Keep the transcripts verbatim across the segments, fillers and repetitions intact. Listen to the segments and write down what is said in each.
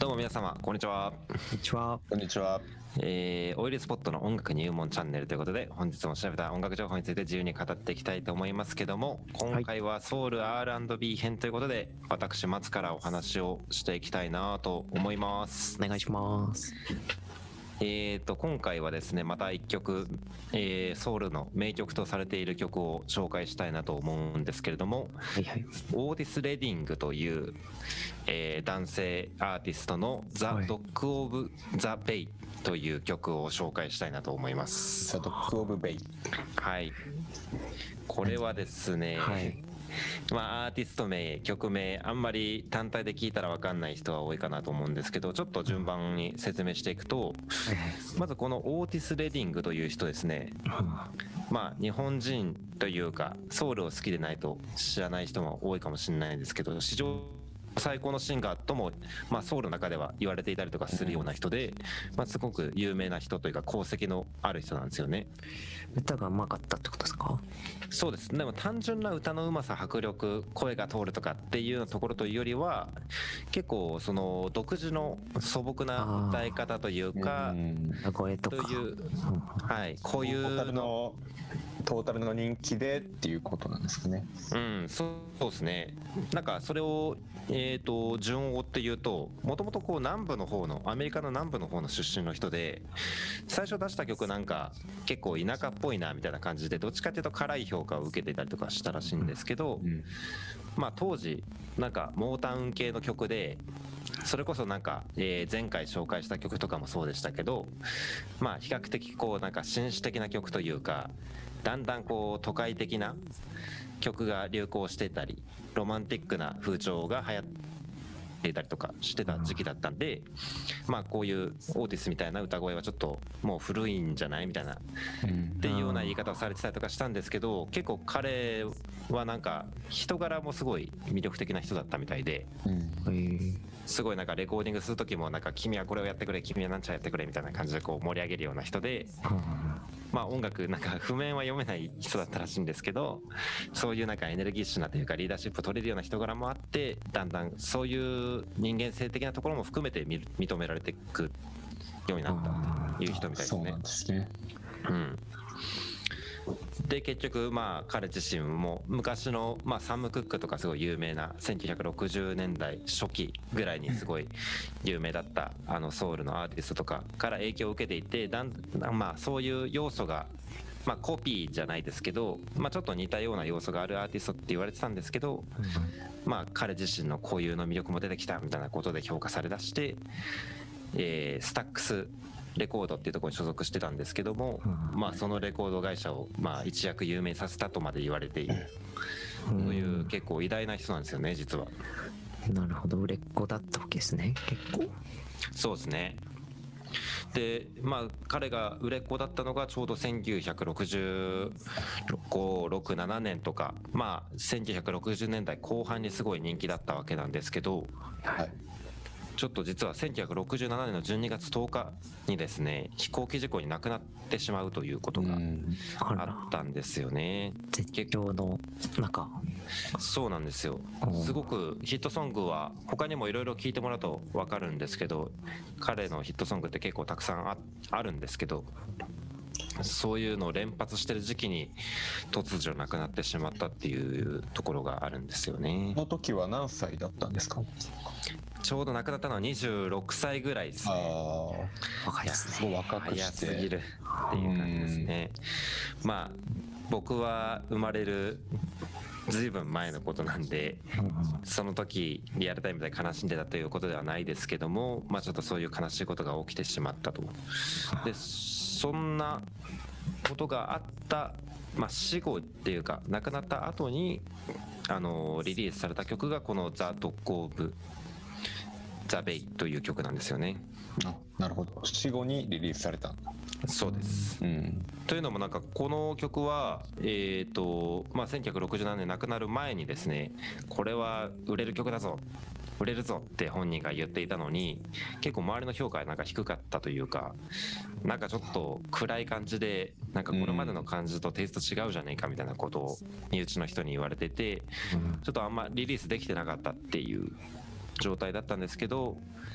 どうも皆様こんにちは。 こんにちは。 こんにちは。 えー、オイルスポットの音楽入門チャンネルということで、本日も調べた音楽情報について自由に語っていきたいと思いますけども、今回はソウル アールアンドビー 編ということで、私松からお話をしていきたいなと思います。 お願いします。 えーと今回はですね、またいっきょく、えー、ソウルの名曲とされている曲を紹介したいなと思うんですけれども、 はいはい。 オーティス・レディングという、えー男性アーティストの「ザ・はいドッグ・オブ・ザ・ベイ」という曲を紹介したいなと思います。 ザ・ドッグ・オブ・ベイ。 はい、これはですね、 はい。 まあ、アーティスト名曲名あんまり単体で聞いたら分かんない人は多いかなと思うんですけど、ちょっと順番に説明していくと、 はいまずこのオーティス・レディングという人ですね、まあ日本人というかソウルを好きでないと知らない人も多いかもしれないんですけど、史上最高のシンガーとも、まあ、ソウルの中では言われていたりとかするような人で、まあ、すごく有名な人というか功績のある人なんですよね。 歌がうまかったってことですか？ そうです。でも単純な歌のうまさ、迫力、声が通るとかっていうようなところというよりは、結構その独自の素朴な歌い方というか、 歌声とか。 という、はい、こういトータうルのトータルの人気でっていうことなんですかね。 うん、そうですね。なんかそれを、えー、と順を追って言うと、もともとこう南部の方のアメリカの南部の方の出身の人で、最初出した曲なんか結構田舎っぽいなみたいな感じで、どっちかっていうと辛い評価を受けていたりとかしたらしいんですけど、 うんまあ当時なんかモータウン系の曲で、それこそなんか、えー前回紹介した曲とかもそうでしたけど、まあ比較的こうなんか紳士的な曲というか、だんだんこう都会的な曲が流行してたり、ロマンティックな風潮が流行っていたりとかしてた時期だったんで、まあこういうオーティスみたいな歌声はちょっともう古いんじゃないみたいなっていうような言い方をされてたりとかしたんですけど、結構彼はなんか人柄もすごい魅力的な人だったみたいで、 うんへーすごいなんかレコーディングする時もなんか君はこれをやってくれ、君はなんちゃらやってくれみたいな感じでこう盛り上げるような人で、まあ音楽なんか譜面は読めない人だったらしいんですけど、そういうなんかエネルギッシュなというかリーダーシップを取れるような人柄もあって、だんだんそういう人間性的なところも含めて見認められていくようになったという人みたいですねそうなん。ですね。 うんで結局まあ彼自身も昔のまあサム・クックとかすごい有名なせんきゅうひゃくろくじゅうねんだい初期ぐらいにすごい有名だったあのソウルのアーティストとかから影響を受けていて、だんまあそういう要素がまあコピーじゃないですけど、まあちょっと似たような要素があるアーティストって言われてたんですけど、まあ彼自身の固有の魅力も出てきたみたいなことで評価されだして、えースタックスレコードっていうところに所属してたんですけども、まあそのレコード会社をまあ一躍有名させたとまで言われているという結構偉大な人なんですよね、実は。 なるほど、売れっ子だったわけですね、結構。 そうですね。でまあ彼が売れっ子だったのがちょうどせんきゅうひゃくろくじゅうご、ろく、ななねんとか、まあせんきゅうひゃくろくじゅうねんだいこう半にすごい人気だったわけなんですけど、 はい。 ちょっと実はせんきゅうひゃくろくじゅうななねんのじゅうにがつとおかにですね、飛行機事故に亡くなってしまうということがうんあらあったんですよね。 絶叫の中。 そうなんですよ。すごくヒットソングは他にもいろいろ聞いてもらうと分かるんですけど、彼のヒットソングって結構たくさん あ, あるんですけど、そういうのを連発してる時期に突如亡くなってしまったっていうところがあるんですよね。 この時は何歳だったんですか？ ちょうど亡くなったのはにじゅうろくさいぐらいですあね。 あ、 若いですすごいね。 若く早して。 すぎるっていう感じですね。まあ僕は生まれるずいぶん前のことなんで、その時リアルタイムで悲しんでたということではないですけども、まあちょっとそういう悲しいことが起きてしまったと。でそんなことがあった、まあ、死後っていうか亡くなった後にあのリリースされた曲がこの「ザ・ドッグ・オブ・ザ・ベイ」という曲なんですよね。 あ、なるほど。死後にリリースされた。 そうです。 うん。 というのもなんかこの曲は、えーとまあ、せんきゅうひゃくろくじゅうななねん亡くなる前にですね、これは売れる曲だぞ、売れるぞって本人が言っていたのに、結構周りの評価がなんか低かったというか、なんかちょっと暗い感じで、なんかこれまでの感じとテイスト違うじゃねえかみたいなことを身内の人に言われてて、ちょっとあんまリリースできてなかったっていう状態だったんですけど、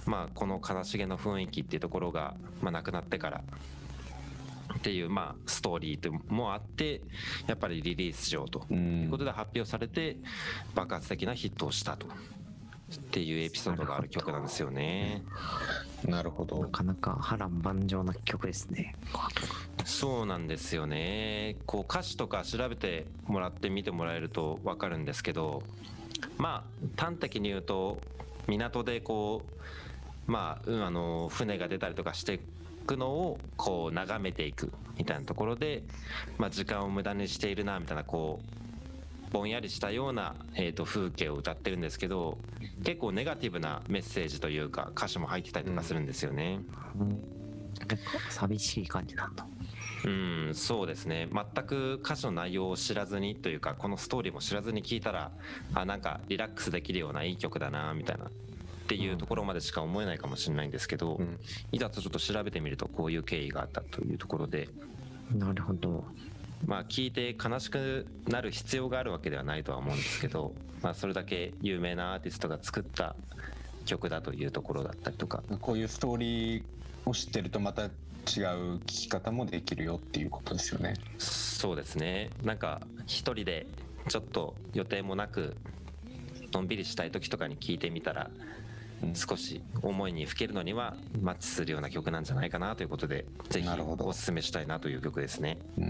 まあこの悲しげの雰囲気っていうところが、まあ、なくなってからっていう、まあストーリーもあってやっぱりリリースしようということで発表されて爆発的なヒットをしたとっていうエピソードがある曲なんですよね。 なるほど。 なかなか波乱万丈な曲ですね。 そうなんですよね。こう歌詞とか調べてもらって見てもらえると分かるんですけど、まあ端的に言うと港でこうまあ、うん、あの船が出たりとかしていくのをこう眺めていくみたいなところで、まあ、時間を無駄にしているなみたいなこうぼんやりしたような、えーと風景を歌ってるんですけど、結構ネガティブなメッセージというか歌詞も入ってたりとかするんですよね。 うん、なんか寂しい感じなんだ。 うん、そうですね。全く歌詞の内容を知らずにというかこのストーリーも知らずに聞いたら、あ、なんかリラックスできるようないい曲だなみたいなっていうところまでしか思えないかもしれないんですけど、うん、いざとちょっと調べてみるとこういう経緯があったというところで、 なるほど。 まあ聞いて悲しくなる必要があるわけではないとは思うんですけど、まあそれだけ有名なアーティストが作った曲だというところだったりとか、 こういうストーリーを知ってるとまた違う聴き方もできるよっていうことですよね。 そうですね。なんか一人でちょっと予定もなくのんびりしたい時とかに聴いてみたら、うん、少し思いにふけるのにはマッチするような曲なんじゃないかなということで、ぜひお勧めしたいなという曲ですね。うん、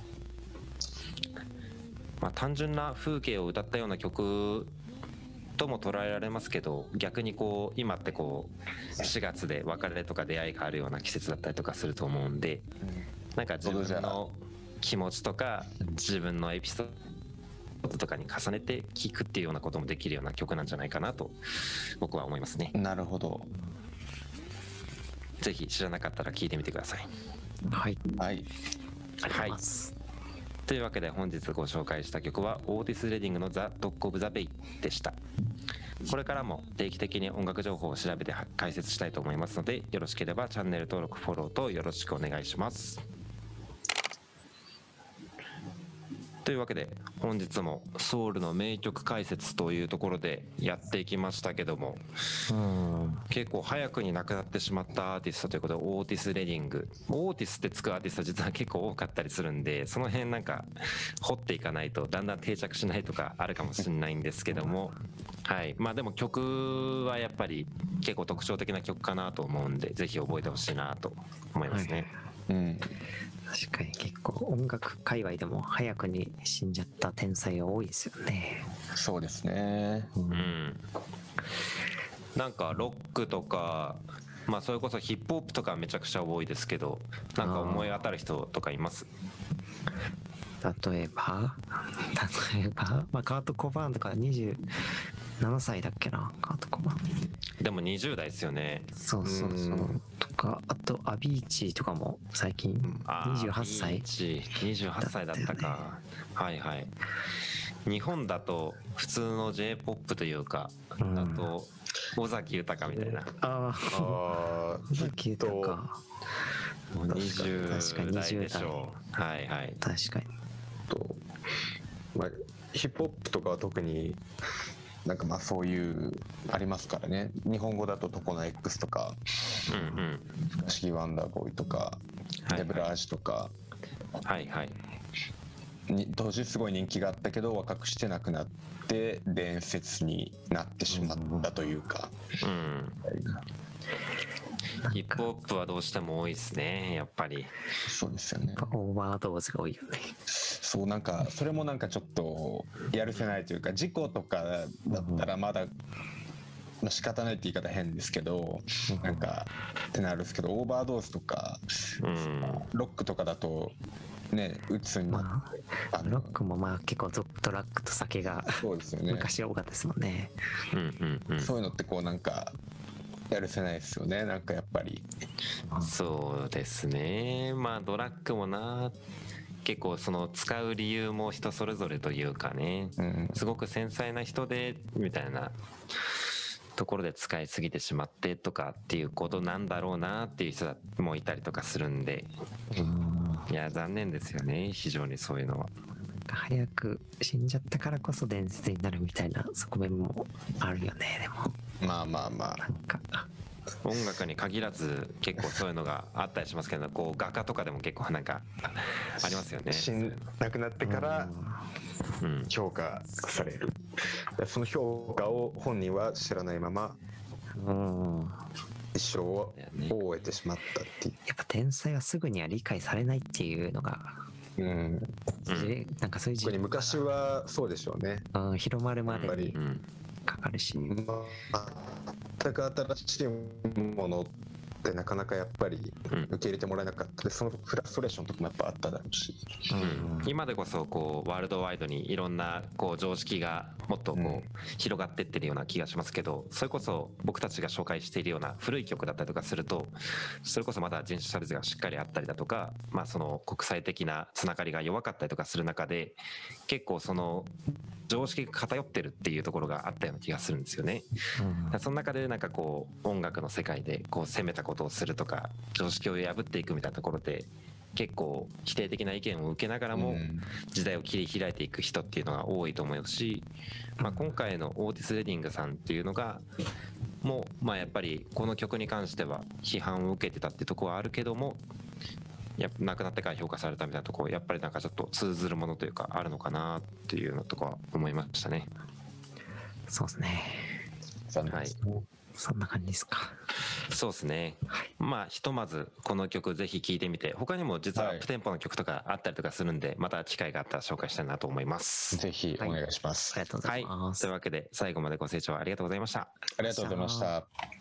まあ、単純な風景を歌ったような曲とも捉えられますけど、逆にこう今ってこうしがつで別れとか出会いがあるような季節だったりとかすると思うんで、なんか自分の気持ちとか自分のエピソードとかに重ねて聴くっていうようなこともできるような曲なんじゃないかなと僕は思いますね。 なるほど。 ぜひ知らなかったら聴いてみてください。 はいはい、 ありがとうございます。 はい、というわけで本日ご紹介した曲はオーティス・レディングのザ・ドッグ・オブ・ザ・ベイでした。これからも定期的に音楽情報を調べて解説したいと思いますので、よろしければチャンネル登録フォローとよろしくお願いします。というわけで本日もソウルの名曲解説というところでやっていきましたけども、うん結構早くに亡くなってしまったアーティストということで、オーティス・レディング、オーティスってつくアーティスト実は結構多かったりするんで、その辺なんか掘っていかないとだんだん定着しないとかあるかもしれないんですけども、はい、まあでも曲はやっぱり結構特徴的な曲かなと思うんで、ぜひ覚えてほしいなと思いますね。 はい、うん、確かに結構音楽界隈でも早くに死んじゃった天才が多いですよね。 そうですね、 うん、なんかロックとか、まあそれこそヒップホップとかめちゃくちゃ多いですけど、なんか思い当たる人とかいます？ 例えば例えば、まあ、カート・コバーンとかにじゅうななさいだっけな、カート・コバーンでもにじゅう代ですよね。 そうそうそう、とかあとアビーチとかも最近にじゅうはっさい、 にじゅうはっさいだったか、はいはい。日本だと普通の J-ポップ というか、うん、だと尾崎豊みたいな、 ああ尾崎豊にじゅう代でしょう。はいはい、 確かにと、まあ、ヒップホップとかは特になんかまあそういうありますからね。日本語だとトコナ X とか、うんうん、不思議ワンダーボーイとか、デブラージュとか、 はいはい、 に当時すごい人気があったけど若くしてなくなって伝説になってしまったというか、うん、 ヒップホップはどうしても多いですね、やっぱり。 そうですよね。 オーバードーズが多いよね。 そう、なんかそれもなんかちょっとやるせないというか、事故とかだったらまだ、まあ、仕方ないって言い方変ですけど、なんかってなるんですけど、オーバードーズとか、うん、ロックとかだとね、うつになって、 まあ、ロックもまあ結構ドラッグと酒がそうですよね、昔は多かったですもんね。 うんうんうん、そういうのってこうなんかやるせないですよね、なんかやっぱり。 そうですね。まあドラッグもな、結構その使う理由も人それぞれというかね、うん、すごく繊細な人でみたいなところで使いすぎてしまってとかっていうことなんだろうなっていう人もいたりとかするんで、うん、いや残念ですよね、非常にそういうのは。 か早く死んじゃったからこそ伝説になるみたいな側面もあるよね。でもまあまあまあなんか音楽に限らず結構そういうのがあったりしますけど、こう画家とかでも結構なんかありますよね。 死ん亡くなってからうん評価される、その評価を本人は知らないままうんうん一生を終えてしまったっていやっぱ天才はすぐには理解されないっていうのが、 う、うん、 うんじなんかそういう特に昔はそうでしょうね。 うん広まるまでにうんかかるし、 まあ、全く新しいものってなかなかやっぱりうん受け入れてもらえなかったで、そのフラストレーションとかもやっぱあっただろうし、 うん今でこそこうワールドワイドにいろんなこう常識がもっとこううん広がってってるような気がしますけど、それこそ僕たちが紹介しているような古い曲だったりとかすると、それこそまだ人種差別がしっかりあったりだとか、まあその国際的なつながりが弱かったりとかする中で、結構その常識が偏ってるっていうところがあったような気がするんですよね。だからその中でなんかこう音楽の世界でこう攻めたことをするとか常識を破っていくみたいなところで結構否定的な意見を受けながらもうん時代を切り開いていく人っていうのが多いと思いますし、まあ、今回のオーティス・レディングさんっていうのがもうまあやっぱりこの曲に関しては批判を受けてたっていうところはあるけども、やっぱ亡くなってから評価されたみたいなところやっぱりなんかちょっと通ずるものというかあるのかなっていうのとかは思いましたね。 そうですね。 残念ですね。 そんな感じですか。 そうですね。まあひとまずこの曲ぜひ聴いてみて、他にも実はアップテンポの曲とかあったりとかするんで、また機会があったら紹介したいなと思います。 ぜひお願いします。 ありがとうござはいいます。 というわけで最後までご清聴ありがとうございました。 ありがとうございました。